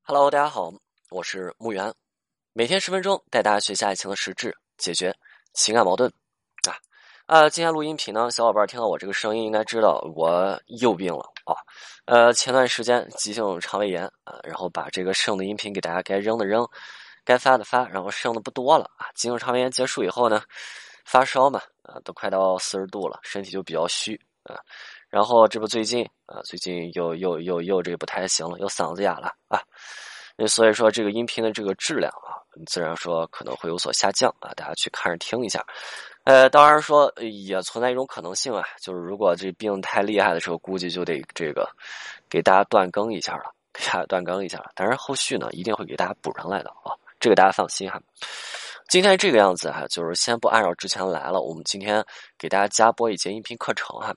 Hello，大家好，我是木源，每天10分钟带大家学习爱情的实质，解决情感矛盾。今天录音频呢，小伙伴听到我这个声音，应该知道我又病了啊。前段时间急性肠胃炎啊，然后把这个剩的音频给大家该扔的扔，该发的发，然后剩的不多了啊。急性肠胃炎结束以后呢，发烧嘛，都快到40度了，身体就比较虚啊。然后这不最近又这个不太行了，又嗓子哑了啊。所以说这个音频的这个质量啊，自然说可能会有所下降啊，大家去看着听一下。当然说也存在一种可能性啊，就是如果这病太厉害的时候，估计就得这个给大家断更一下了，但是后续呢，一定会给大家补上来的啊，这个大家放心哈。今天这个样子哈，就是先不按照之前来了，我们今天给大家加播一节音频课程哈，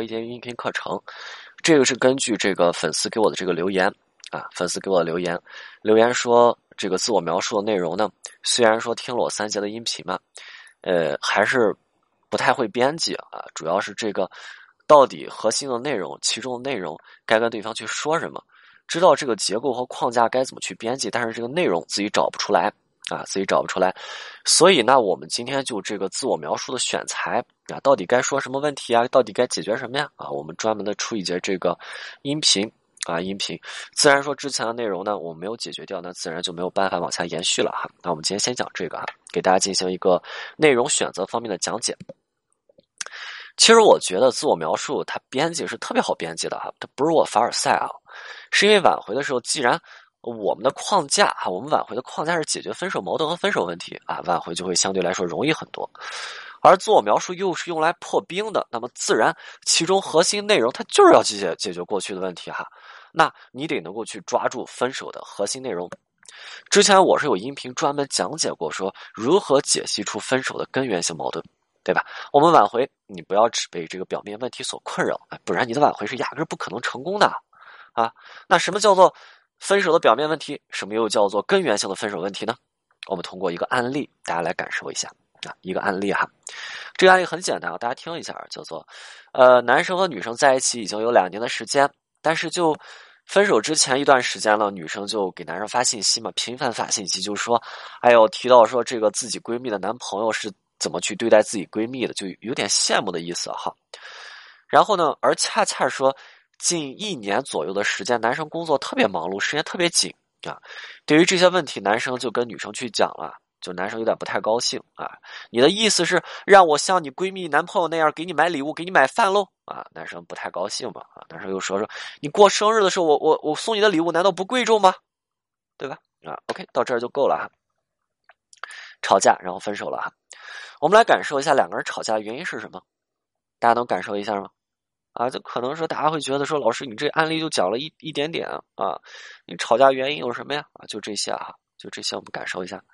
这个是根据这个粉丝给我的这个留言啊，粉丝给我的留言说这个自我描述的内容呢，虽然说听了我3节的音频嘛，还是不太会编辑啊，主要是这个到底核心的内容，其中的内容该跟对方去说什么，知道这个结构和框架该怎么去编辑，但是这个内容自己找不出来啊，所以呢，我们今天就这个自我描述的选材啊，到底该说什么问题啊，到底该解决什么呀啊，我们专门的出一节这个音频。自然说之前的内容呢，我们没有解决掉，那自然就没有办法往下延续了哈。那我们今天先讲这个哈，给大家进行一个内容选择方面的讲解。其实我觉得自我描述它编辑是特别好编辑的哈，它不是我凡尔赛啊，是因为挽回的时候，既然我们的框架哈，我们挽回的框架是解决分手矛盾和分手问题啊，挽回就会相对来说容易很多。而自我描述又是用来破冰的，那么自然其中核心内容它就是要解决过去的问题哈。那你得能够去抓住分手的核心内容。之前我是有音频专门讲解过，说如何解析出分手的根源性矛盾，对吧？我们挽回，你不要只被这个表面问题所困扰，不然你的挽回是压根不可能成功的啊。那什么叫做分手的表面问题？什么又叫做根源性的分手问题呢？我们通过一个案例，大家来感受一下啊，一个案例哈。这个案例很简单啊，大家听一下，叫做男生和女生在一起已经有2年的时间，但是就分手之前一段时间了，女生就给男生发信息嘛，频繁发信息，就说，哎呦，提到说这个自己闺蜜的男朋友是怎么去对待自己闺蜜的，就有点羡慕的意思哈。然后呢，而恰恰说近1年左右的时间，男生工作特别忙碌，时间特别紧啊。对于这些问题，男生就跟女生去讲了。就男生有点不太高兴啊，你的意思是让我像你闺蜜男朋友那样给你买礼物，给你买饭喽啊？男生不太高兴嘛啊，男生又说你过生日的时候，我送你的礼物难道不贵重吗？对吧？啊 ，OK， 到这儿就够了哈。吵架然后分手了哈，我们来感受一下2个人吵架的原因是什么？大家能感受一下吗？啊，就可能说大家会觉得说，老师你这案例就讲了一点点啊，你吵架原因有什么呀？啊，就这些啊，就这些我们感受一下。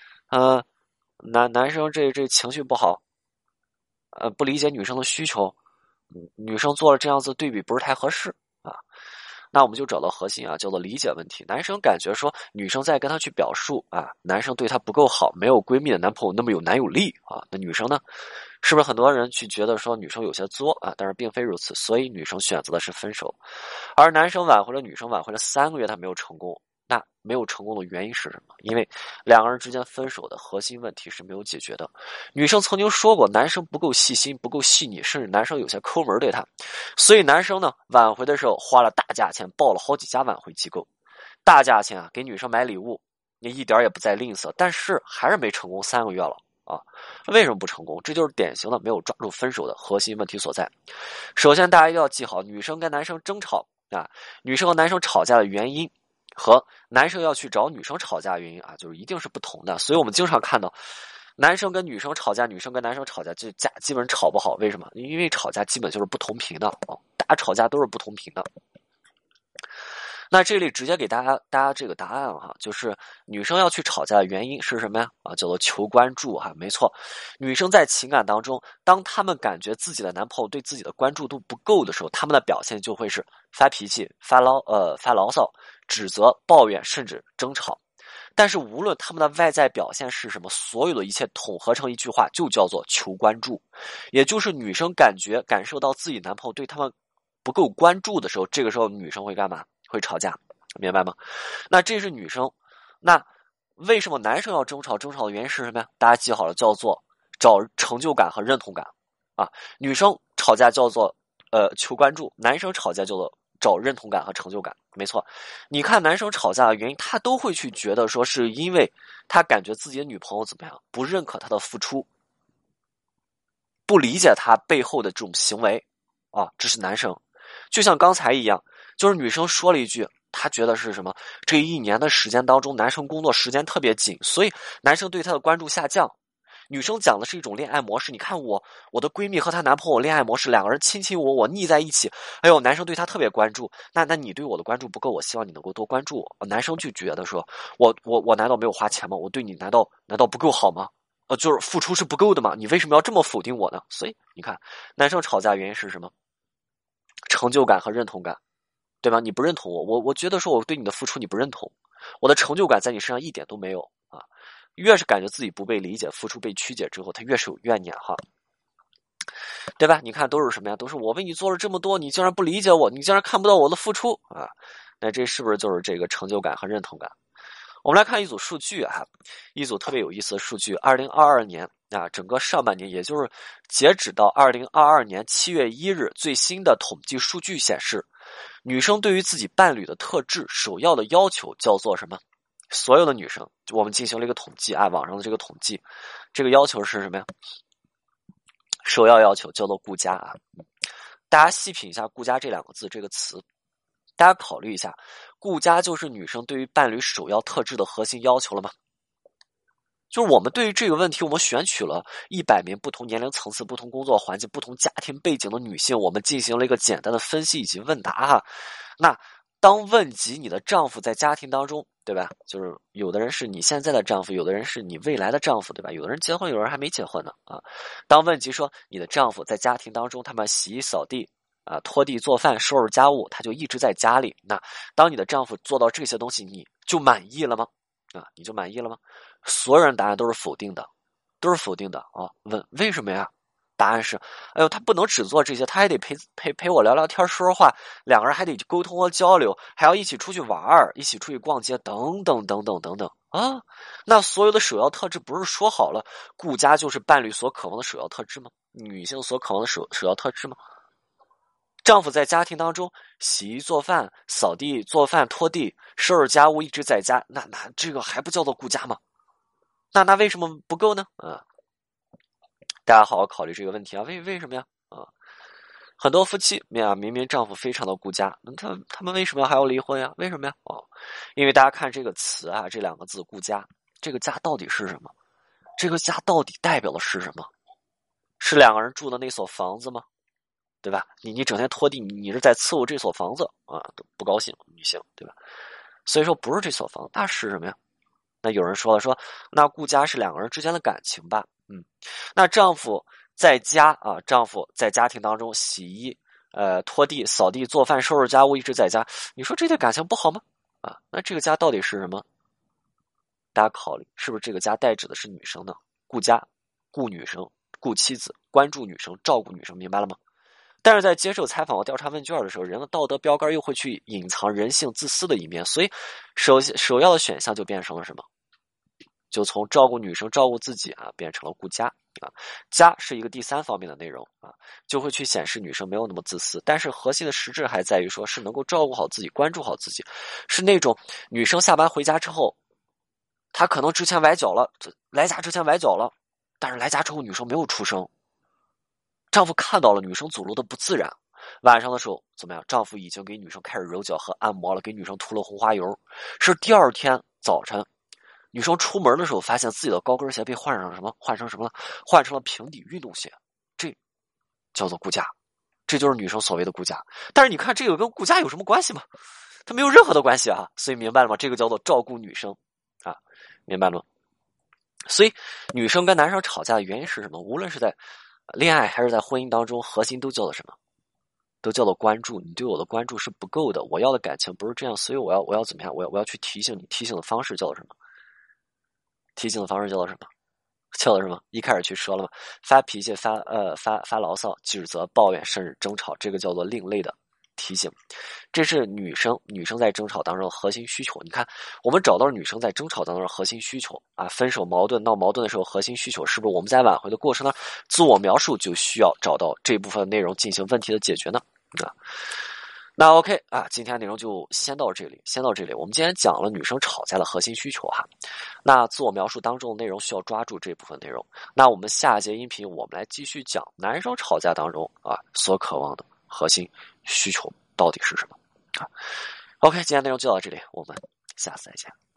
男生这情绪不好，不理解女生的需求，女生做了这样子对比不是太合适啊。那我们就找到核心啊，叫做理解问题。男生感觉说女生在跟他去表述啊，男生对他不够好，没有闺蜜的男朋友那么有男友力啊。那女生呢，是不是很多人去觉得说女生有些作啊？但是并非如此，所以女生选择的是分手，而男生挽回了女生，挽回了3个月，他没有成功。那没有成功的原因是什么？因为2个人之间分手的核心问题是没有解决的。女生曾经说过，男生不够细心，不够细腻，甚至男生有些抠门对她。所以男生呢，挽回的时候花了大价钱，报了好几家挽回机构，大价钱啊，给女生买礼物，你一点也不再吝啬，但是还是没成功，3个月了啊！为什么不成功？这就是典型的没有抓住分手的核心问题所在。首先，大家一定要记好，女生跟男生争吵啊，女生和男生吵架的原因和男生要去找女生吵架的原因啊，就是一定是不同的。所以我们经常看到男生跟女生吵架，女生跟男生吵架，这架基本上吵不好。为什么？因为吵架基本就是不同频的啊，大家吵架都是不同频的。那这里直接给大家这个答案哈，就是女生要去吵架的原因是什么呀？啊，叫做求关注哈，没错。女生在情感当中，当她们感觉自己的男朋友对自己的关注度不够的时候，她们的表现就会是发脾气、发牢骚、指责、抱怨，甚至争吵。但是无论他们的外在表现是什么，所有的一切统合成一句话，就叫做求关注。也就是女生感受到自己男朋友对他们不够关注的时候，这个时候女生会干嘛？会吵架明白吗？那这是女生，那为什么男生要争吵？争吵的原因是什么呀？大家记好了，叫做找成就感和认同感啊。女生吵架叫做求关注，男生吵架叫做找认同感和成就感。没错，你看男生吵架的原因，他都会去觉得说是因为他感觉自己的女朋友怎么样，不认可他的付出，不理解他背后的这种行为啊，这是男生。就像刚才一样，就是女生说了一句，她觉得是什么？这一年的时间当中，男生工作时间特别紧，所以男生对她的关注下降。女生讲的是一种恋爱模式，你看我的闺蜜和她男朋友恋爱模式，两个人卿卿我我腻在一起，哎呦，男生对她特别关注，那你对我的关注不够，我希望你能够多关注我。男生就觉得说，我难道没有花钱吗？我对你难道不够好吗？就是付出是不够的嘛，你为什么要这么否定我呢？所以你看，男生吵架原因是什么？成就感和认同感，对吧？你不认同我觉得说我对你的付出你不认同，我的成就感在你身上一点都没有啊。越是感觉自己不被理解，付出被曲解之后，他越是有怨念哈，对吧？你看都是什么呀？都是我为你做了这么多，你竟然不理解我，你竟然看不到我的付出啊！那这是不是就是这个成就感和认同感？我们来看一组数据啊，一组特别有意思的数据。2022年啊，整个上半年，也就是截止到2022年7月1日，最新的统计数据显示，女生对于自己伴侣的特质首要的要求叫做什么？所有的女生，我们进行了一个统计啊，网上的这个统计，这个要求是什么呀？首要要求叫做顾家啊。大家细品一下顾家这两个字这个词，大家考虑一下，顾家就是女生对于伴侣首要特质的核心要求了吗？就是我们对于这个问题，我们选取了100名不同年龄层次、不同工作环境、不同家庭背景的女性，我们进行了一个简单的分析以及问答哈。那当问及你的丈夫在家庭当中，对吧？就是有的人是你现在的丈夫，有的人是你未来的丈夫，对吧？有的人结婚，有人还没结婚呢啊。当问及说你的丈夫在家庭当中，他们洗衣扫地啊、拖地做饭、收拾家务，他就一直在家里。那当你的丈夫做到这些东西，你就满意了吗？啊，你就满意了吗？所有人答案都是否定的，都是否定的啊！问为什么呀？答案是，哎呦，他不能只做这些，他还得陪我聊聊天，说说话，两个人还得沟通和交流，还要一起出去玩儿，一起出去逛街，等等等等等等啊！那所有的首要特质不是说好了，顾家就是伴侣所渴望的首要特质吗？女性所渴望的首要特质吗？丈夫在家庭当中洗衣做饭、扫地、做饭、拖地、收拾家务，一直在家，那这个还不叫做顾家吗？那为什么不够呢？啊，大家好好考虑这个问题啊，为什么呀？啊，很多夫妻明明丈夫非常的顾家，那他们为什么还要离婚呀？为什么呀？哦，因为大家看这个词啊，这两个字顾家，这个家到底是什么？这个家到底代表的是什么？是两个人住的那所房子吗？对吧？你整天拖地，你是在伺候这所房子啊，都不高兴，女性对吧？所以说不是这所房子，那是什么呀？那有人说了，说那顾家是两个人之间的感情吧？那丈夫在家啊，丈夫在家庭当中洗衣、拖地、扫地、做饭、收拾家务，一直在家，你说这对感情不好吗？啊，那这个家到底是什么？大家考虑是不是这个家代指的是女生呢？顾家、顾女生、顾妻子、关注女生、照顾女生，明白了吗？但是在接受采访和调查问卷的时候，人的道德标杆又会去隐藏人性自私的一面，所以首要的选项就变成了什么？就从照顾女生、照顾自己啊，变成了顾家啊。家是一个第三方面的内容啊，就会去显示女生没有那么自私。但是核心的实质还在于说，是能够照顾好自己、关注好自己，是那种女生下班回家之后，她可能之前崴脚了，来家之前崴脚了，但是来家之后女生没有出声，丈夫看到了女生走路的不自然。晚上的时候怎么样？丈夫已经给女生开始揉脚和按摩了，给女生涂了红花油。是第二天早晨，女生出门的时候，发现自己的高跟鞋被换成什么？换成什么了？换成了平底运动鞋。这叫做顾家，这就是女生所谓的顾家。但是你看，这个跟顾家有什么关系吗？它没有任何的关系啊！所以明白了吗？这个叫做照顾女生啊，明白了吗？所以女生跟男生吵架的原因是什么？无论是在恋爱还是在婚姻当中，核心都叫做什么？都叫做关注。你对我的关注是不够的，我要的感情不是这样，所以我要怎么样？我要去提醒你，提醒的方式叫做什么？提醒的方式叫做什么？叫做什么？一开始去说了嘛，发脾气、发牢骚、指责、抱怨，甚至争吵，这个叫做另类的提醒，这是女生在争吵当中的核心需求。你看，我们找到女生在争吵当中的核心需求啊，分手矛盾闹矛盾的时候核心需求，是不是我们在挽回的过程呢？自我描述就需要找到这部分内容进行问题的解决呢？啊。那 OK 啊，今天内容就先到这里。我们今天讲了女生吵架的核心需求哈。那自我描述当中的内容需要抓住这部分内容。那我们下一节音频，我们来继续讲男生吵架当中啊所渴望的核心需求到底是什么啊？OK，今天内容就到这里，我们下次再见。